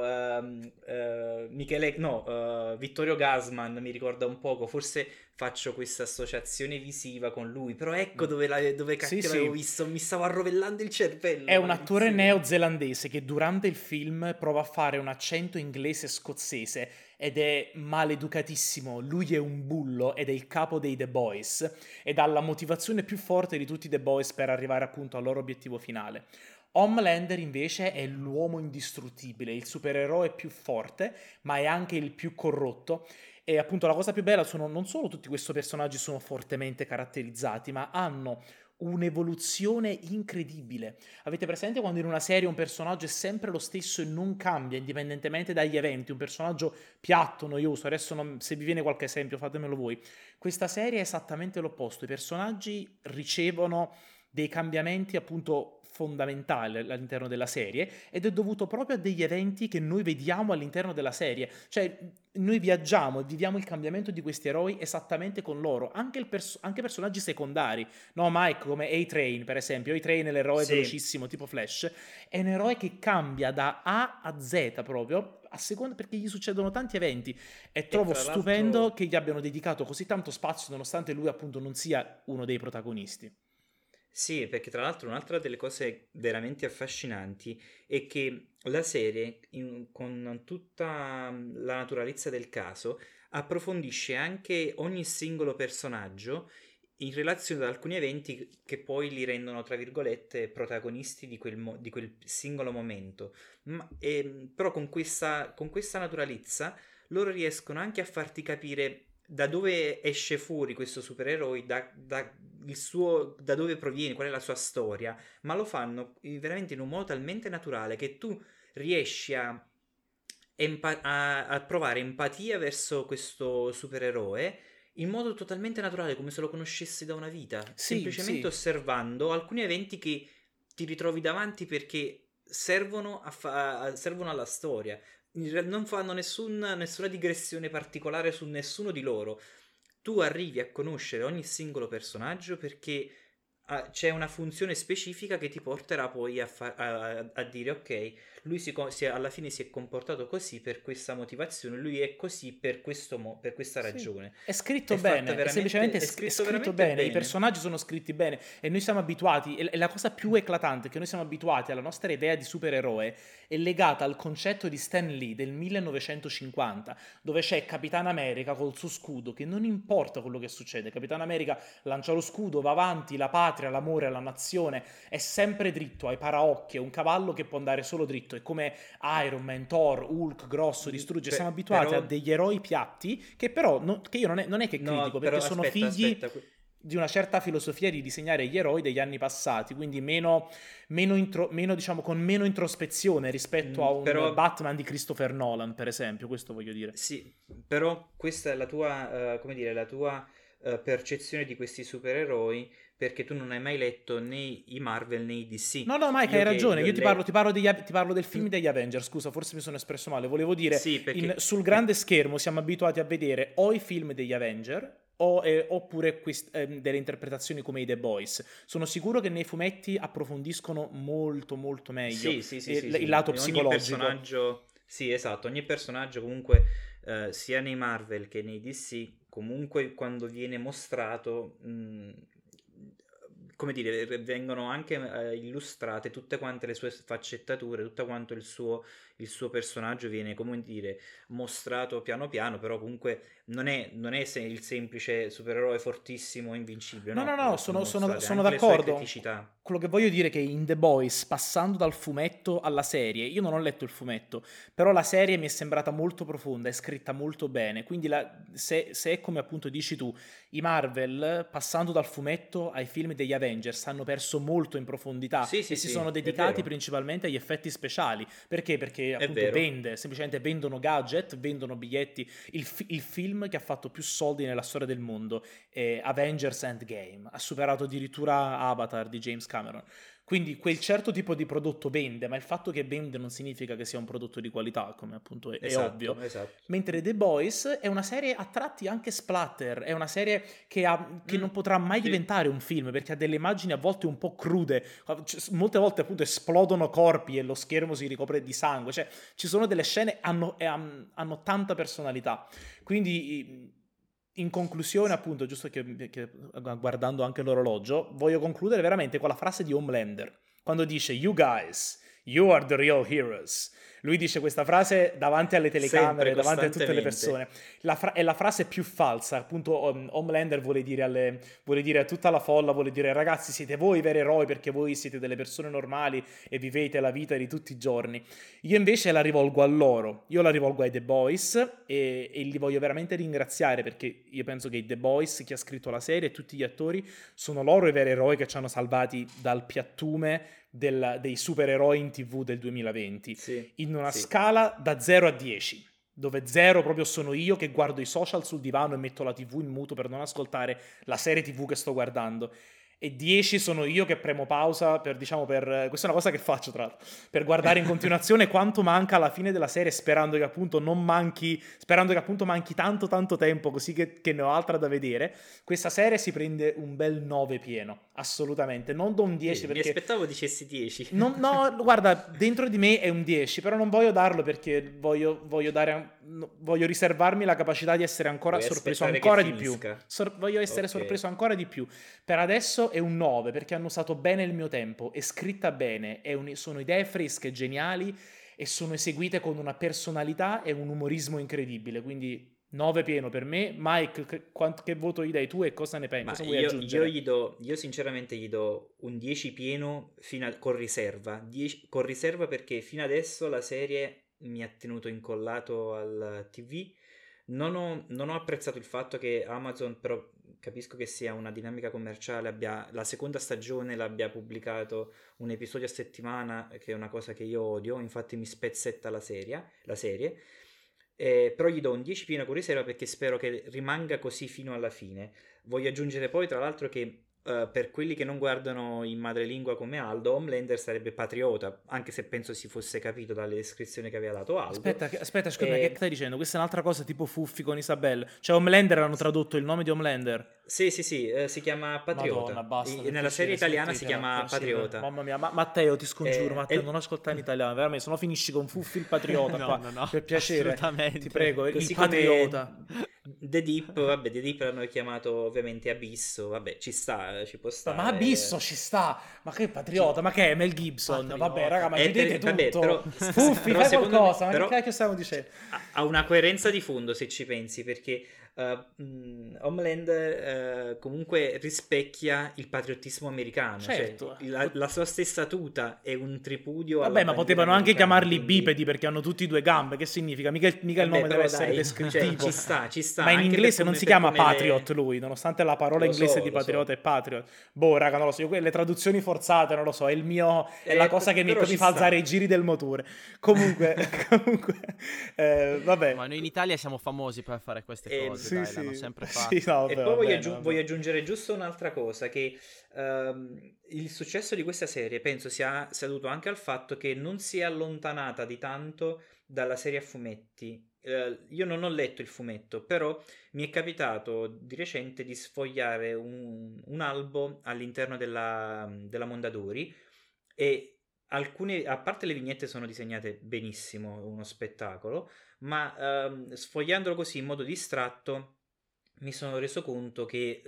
Vittorio Gasman, mi ricorda un poco, forse faccio questa associazione visiva con lui, però ecco dove Sì, cacchio l'avevo sì. visto, mi stavo arrovellando il cervello, È un attore maledizione. neozelandese che durante il film prova a fare un accento inglese scozzese ed è maleducatissimo, lui è un bullo ed è il capo dei The Boys ed ha la motivazione più forte di tutti i The Boys per arrivare appunto al loro obiettivo finale. Homelander invece è l'uomo indistruttibile, il supereroe più forte, ma è anche il più corrotto. E appunto la cosa più bella sono non solo tutti questi personaggi sono fortemente caratterizzati, ma hanno un'evoluzione incredibile. Avete presente quando in una serie un personaggio è sempre lo stesso e non cambia indipendentemente dagli eventi, un personaggio piatto, noioso, adesso se vi viene qualche esempio fatemelo voi. Questa serie è esattamente l'opposto, i personaggi ricevono dei cambiamenti appunto fondamentali all'interno della serie ed è dovuto proprio a degli eventi che noi vediamo all'interno della serie, cioè noi viaggiamo e viviamo il cambiamento di questi eroi esattamente con loro, anche personaggi secondari, no Mike, come A-Train per esempio. A-Train è l'eroe velocissimo tipo Flash, è un eroe che cambia da A a Z proprio a seconda, perché gli succedono tanti eventi e trovo stupendo che gli abbiano dedicato così tanto spazio nonostante lui appunto non sia uno dei protagonisti. Sì, perché tra l'altro un'altra delle cose veramente affascinanti è che la serie, con tutta la naturalezza del caso, approfondisce anche ogni singolo personaggio in relazione ad alcuni eventi che poi li rendono, tra virgolette, protagonisti di quel singolo momento. Però con questa naturalezza loro riescono anche a farti capire da dove esce fuori questo supereroe, da dove proviene, qual è la sua storia, ma lo fanno veramente in un modo talmente naturale che tu riesci a provare empatia verso questo supereroe in modo totalmente naturale, come se lo conoscessi da una vita, semplicemente osservando alcuni eventi che ti ritrovi davanti perché servono alla storia. Non fanno nessuna digressione particolare su nessuno di loro. Tu arrivi a conoscere ogni singolo personaggio perché c'è una funzione specifica che ti porterà poi a dire ok, lui alla fine si è comportato così per questa motivazione, lui è così per questa ragione. È scritto bene, è semplicemente scritto bene, i personaggi sono scritti bene e noi siamo abituati, e la cosa più eclatante è che noi siamo abituati alla nostra idea di supereroe è legata al concetto di Stan Lee del 1950, dove c'è Capitan America col suo scudo, che non importa quello che succede, Capitan America lancia lo scudo, va avanti, la patria, l'amore, la nazione, è sempre dritto, ai paraocchi, è un cavallo che può andare solo dritto, è come Iron Man, Thor, Hulk, grosso, distrugge, siamo abituati a degli eroi piatti che però, che io non è che critico, perché sono figli di una certa filosofia di disegnare gli eroi degli anni passati, quindi diciamo con meno introspezione rispetto a un Batman di Christopher Nolan, per esempio, questo voglio dire. Sì, però questa è la tua, come dire, la tua percezione di questi supereroi, perché tu non hai mai letto né i Marvel né i DC. No, Mike, hai ragione, io ti parlo del film degli Avengers, scusa, forse mi sono espresso male, volevo dire, sul grande schermo siamo abituati a vedere o i film degli Avengers oppure delle interpretazioni come i The Boys. Sono sicuro che nei fumetti approfondiscono molto molto meglio il lato psicologico. Ogni personaggio, sì, esatto, ogni personaggio comunque sia nei Marvel che nei DC, comunque quando viene mostrato come dire, vengono anche illustrate tutte quante le sue sfaccettature, tutto quanto il suo personaggio viene, come dire, mostrato piano piano, però comunque non è il semplice supereroe fortissimo, invincibile. No, sono d'accordo. Quello che voglio dire è che in The Boys, passando dal fumetto alla serie, io non ho letto il fumetto, però la serie mi è sembrata molto profonda, è scritta molto bene, quindi se è come appunto dici tu, i Marvel, passando dal fumetto ai film degli Avengers, hanno perso molto in profondità e si sono dedicati principalmente agli effetti speciali. Perché? Perché appunto semplicemente vendono gadget, vendono biglietti. Il film che ha fatto più soldi nella storia del mondo è Avengers Endgame, ha superato addirittura Avatar di James Cameron. Quindi quel certo tipo di prodotto vende, ma il fatto che vende non significa che sia un prodotto di qualità, come appunto è ovvio. Esatto. Mentre The Boys è una serie a tratti anche splatter, è una serie che non potrà mai diventare un film, perché ha delle immagini a volte un po' crude, molte volte appunto esplodono corpi e lo schermo si ricopre di sangue, cioè ci sono delle scene hanno tanta personalità. Quindi in conclusione, appunto, giusto che guardando anche l'orologio, voglio concludere veramente con la frase di Homelander, quando dice "You guys, You are the real heroes. Lui dice questa frase davanti alle telecamere, Sempre, davanti a tutte le costantemente. persone. È la frase più falsa. Appunto, Homelander vuole dire a tutta la folla, vuole dire ragazzi, siete voi i veri eroi perché voi siete delle persone normali e vivete la vita di tutti i giorni. Io invece la rivolgo a loro. Io la rivolgo ai The Boys e li voglio veramente ringraziare perché io penso che i The Boys, chi ha scritto la serie e tutti gli attori, sono loro i veri eroi che ci hanno salvati dal piattume dei supereroi in TV del 2020, Sì, in una sì. scala da 0 a 10, dove 0 proprio sono io che guardo i social sul divano e metto la TV in muto per non ascoltare la serie TV che sto guardando. E 10 sono io che premo pausa per, diciamo, questa è una cosa che faccio tra l'altro, per guardare in continuazione quanto manca alla fine della serie, sperando che appunto manchi tanto tanto tempo, così che ne ho altra da vedere. Questa serie si prende un bel 9 pieno, assolutamente. Non do un 10 Mi perché aspettavo dicessi 10. no, guarda, dentro di me è un 10, però non voglio darlo perché voglio riservarmi la capacità di essere ancora Vuoi sorpreso aspettare ancora che di più. finisca? Voglio essere Ok. sorpreso ancora di più. Per adesso è un 9 perché hanno usato bene il mio tempo, è scritta bene, sono idee fresche, geniali e sono eseguite con una personalità e un umorismo incredibile, quindi 9 pieno per me. Mike, che voto gli dai tu e cosa ne pensi? Ma Cosa vuoi io aggiungere? io sinceramente gli do un 10 pieno con riserva. 10 con riserva perché fino adesso la serie mi ha tenuto incollato al TV. Non ho apprezzato il fatto che Amazon, però capisco che sia una dinamica commerciale, la seconda stagione l'abbia pubblicato un episodio a settimana, che è una cosa che io odio, infatti mi spezzetta la serie. Però gli do un 10 pieno con riserva perché spero che rimanga così fino alla fine. Voglio aggiungere poi, tra l'altro, che per quelli che non guardano in madrelingua come Aldo, Homelander sarebbe patriota, anche se penso si fosse capito dalle descrizioni che aveva dato Aldo. Aspetta, scusami, che stai dicendo? Questa è un'altra cosa tipo Fuffi con Isabelle. Cioè, Homelander hanno tradotto il nome di Homelander. Sì, si chiama Madonna, Patriota. basta, per Nella serie piacere, italiana si smettitela. chiama Sì, Patriota. mamma mia, Matteo, ti scongiuro, Matteo, E- non ascoltare in italiano, veramente, se no finisci con Fuffi il patriota No, qua. no, Per piacere, assolutamente. ti prego, il Così patriota. come The Deep l'hanno chiamato ovviamente Abisso, vabbè, ci sta, ci può Ma stare. Abisso ci sta, ma che patriota, ma che è Mel Gibson? Patriota. Vabbè, raga, ma chiudete Vabbè, tutto. Fuffi, però fai secondo qualcosa, me, ma che però cacchio stiamo dicendo? ha una coerenza di fondo se ci pensi, perché Homelander comunque rispecchia il patriottismo americano, Certo. cioè la sua stessa tuta è un tripudio alla Vabbè, ma bandiera potevano anche americana, chiamarli quindi... bipedi perché hanno tutti due gambe. Che significa? Mica il Vabbè, nome però deve essere dai, descrittivo. cioè, ci sta, Ma in anche per inglese non come- si per chiama come le- Patriot lui, nonostante la parola Lo inglese so, di lo so. patriota è Patriot. Boh, raga, non lo so. Io le traduzioni forzate, non lo so. È la cosa che però mi ci fa sta. alzare i giri del motore. Comunque, vabbè. Ma noi in Italia siamo famosi per fare queste cose, Sì, dai, sì. l'hanno sempre Sì, fatto. no, E vabbè, poi va bene, vabbè. voglio aggiungere giusto un'altra cosa, che il successo di questa serie penso sia dovuto anche al fatto che non si è allontanata di tanto dalla serie a fumetti. Io non ho letto il fumetto, però mi è capitato di recente di sfogliare un albo all'interno della Mondadori e alcune, a parte le vignette sono disegnate benissimo, uno spettacolo, ma sfogliandolo così in modo distratto mi sono reso conto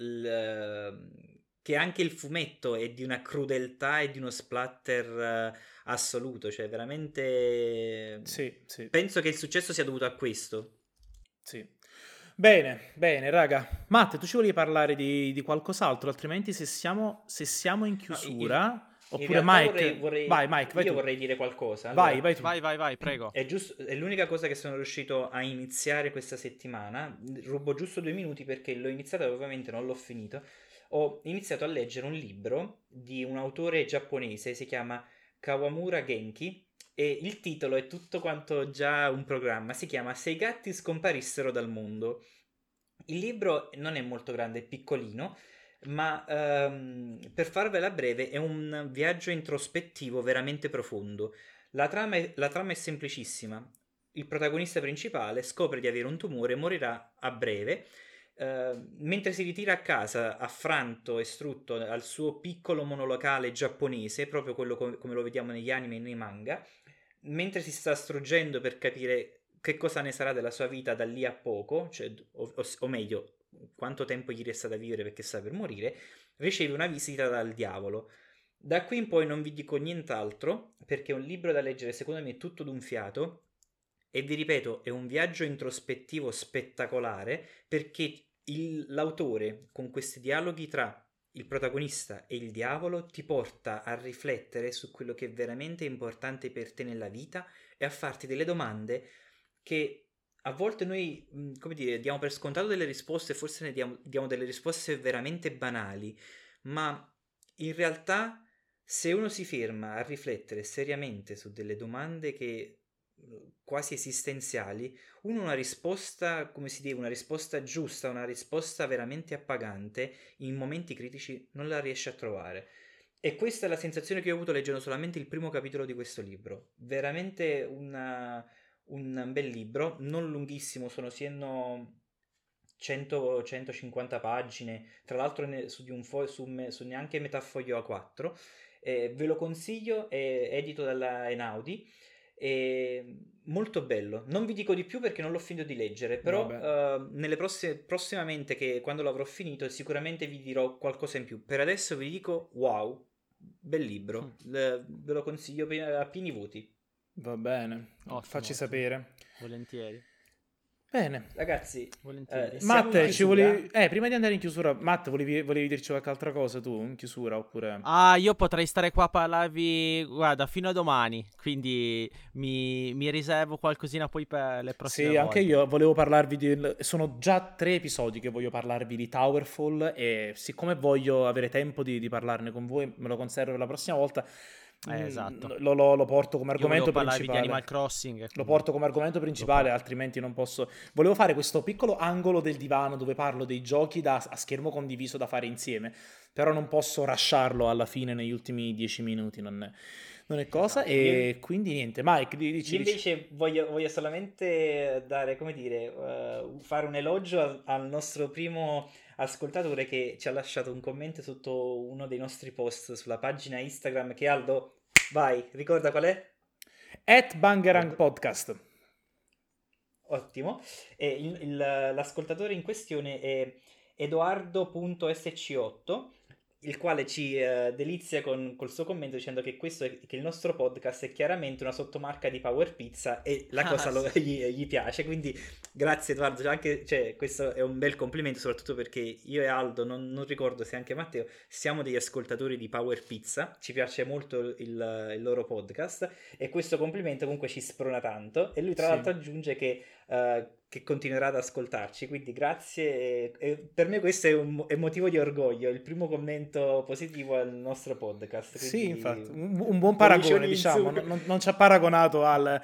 che anche il fumetto è di una crudeltà e di uno splatter assoluto, cioè veramente Sì, sì, penso che il successo sia dovuto a questo. sì. Bene, raga. Matte, tu ci volevi parlare di qualcos'altro, altrimenti se siamo in chiusura... In Oppure realtà Mike... Vai, Mike, vai io tu. vorrei dire qualcosa. Vai, Allora, vai tu. Vai, prego. è l'unica cosa che sono riuscito a iniziare questa settimana. Rubo giusto 2 minuti perché l'ho iniziato e ovviamente non l'ho finito. Ho iniziato a leggere un libro di un autore giapponese, si chiama Kawamura Genki, e il titolo è tutto quanto già un programma. Si chiama Se i gatti scomparissero dal mondo. Il libro non è molto grande, è piccolino, ma per farvela breve è un viaggio introspettivo veramente profondo. La trama è semplicissima. Il protagonista principale scopre di avere un tumore e morirà a breve. Mentre si ritira a casa, affranto e strutto al suo piccolo monolocale giapponese, proprio quello come lo vediamo negli anime e nei manga, mentre si sta struggendo per capire che cosa ne sarà della sua vita da lì a poco, cioè, o meglio, quanto tempo gli resta da vivere perché sta per morire, riceve una visita dal diavolo. Da qui in poi non vi dico nient'altro, perché è un libro da leggere secondo me tutto d'un fiato, e vi ripeto, è un viaggio introspettivo spettacolare, perché l'autore, con questi dialoghi tra il protagonista e il diavolo, ti porta a riflettere su quello che è veramente importante per te nella vita e a farti delle domande che a volte noi, come dire, diamo per scontato delle risposte, forse ne diamo delle risposte veramente banali, ma in realtà se uno si ferma a riflettere seriamente su delle domande che quasi esistenziali, uno una risposta, come si dice, una risposta giusta, una risposta veramente appagante, in momenti critici non la riesce a trovare. E questa è la sensazione che ho avuto leggendo solamente il primo capitolo di questo libro. Veramente un bel libro, non lunghissimo, siano 100-150 pagine, tra l'altro su neanche metà foglio A4. Ve lo consiglio, è edito dalla Einaudi. Molto bello. Non vi dico di più perché non l'ho finito di leggere, però nelle prossimamente, che quando l'avrò finito, sicuramente vi dirò qualcosa in più. Per adesso vi dico wow, bel libro, ve lo consiglio a pieni voti. Va bene, facci sapere. Volentieri. Bene. Ragazzi, Matt, prima di andare in chiusura, Matt, volevi dirci qualche altra cosa tu in chiusura oppure? Io potrei stare qua a parlarvi, guarda, fino a domani, quindi mi riservo qualcosina poi per le prossime volte. Anche io volevo parlarvi sono già 3 episodi che voglio parlarvi di Towerfall, e siccome voglio avere tempo di parlarne con voi, me lo conservo per la prossima volta. Esatto. Lo porto come argomento principale. Di Animal Crossing. Lo porto come argomento principale, altrimenti non posso. Volevo fare questo piccolo angolo del divano dove parlo dei giochi a schermo condiviso da fare insieme, però non posso rusharlo alla fine negli ultimi 10 minuti, non è cosa. Esatto. E quindi niente, Mike, dici. Invece voglio solamente dare, come dire, fare un elogio al nostro primo ascoltatore che ci ha lasciato un commento sotto uno dei nostri post sulla pagina Instagram, che Aldo, vai, ricorda qual è? @Bangerang_podcast. Ottimo. E l'ascoltatore in questione è Edoardo.sc8, il quale ci delizia col suo commento dicendo che che il nostro podcast è chiaramente una sottomarca di Power Pizza, e la cosa gli piace, quindi grazie Edoardo, questo è un bel complimento, soprattutto perché io e Aldo, non ricordo se anche Matteo, siamo degli ascoltatori di Power Pizza, ci piace molto il loro podcast, e questo complimento comunque ci sprona tanto, e lui tra l'altro aggiunge che continuerà ad ascoltarci, quindi grazie, e per me questo è motivo di orgoglio, il primo commento positivo al nostro podcast. Sì, infatti, un buon paragone, diciamo, non ci ha paragonato al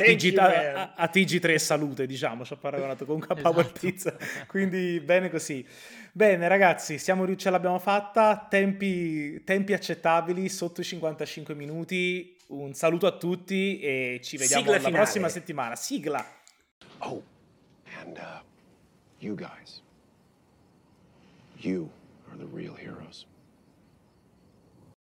TG3 Salute, diciamo, ci ha paragonato comunque a Power Pizza, quindi bene così. Bene ragazzi, ce l'abbiamo fatta, tempi accettabili, sotto i 55 minuti, un saluto a tutti e ci vediamo la prossima settimana. Sigla! Oh, and you guys, you are the real heroes.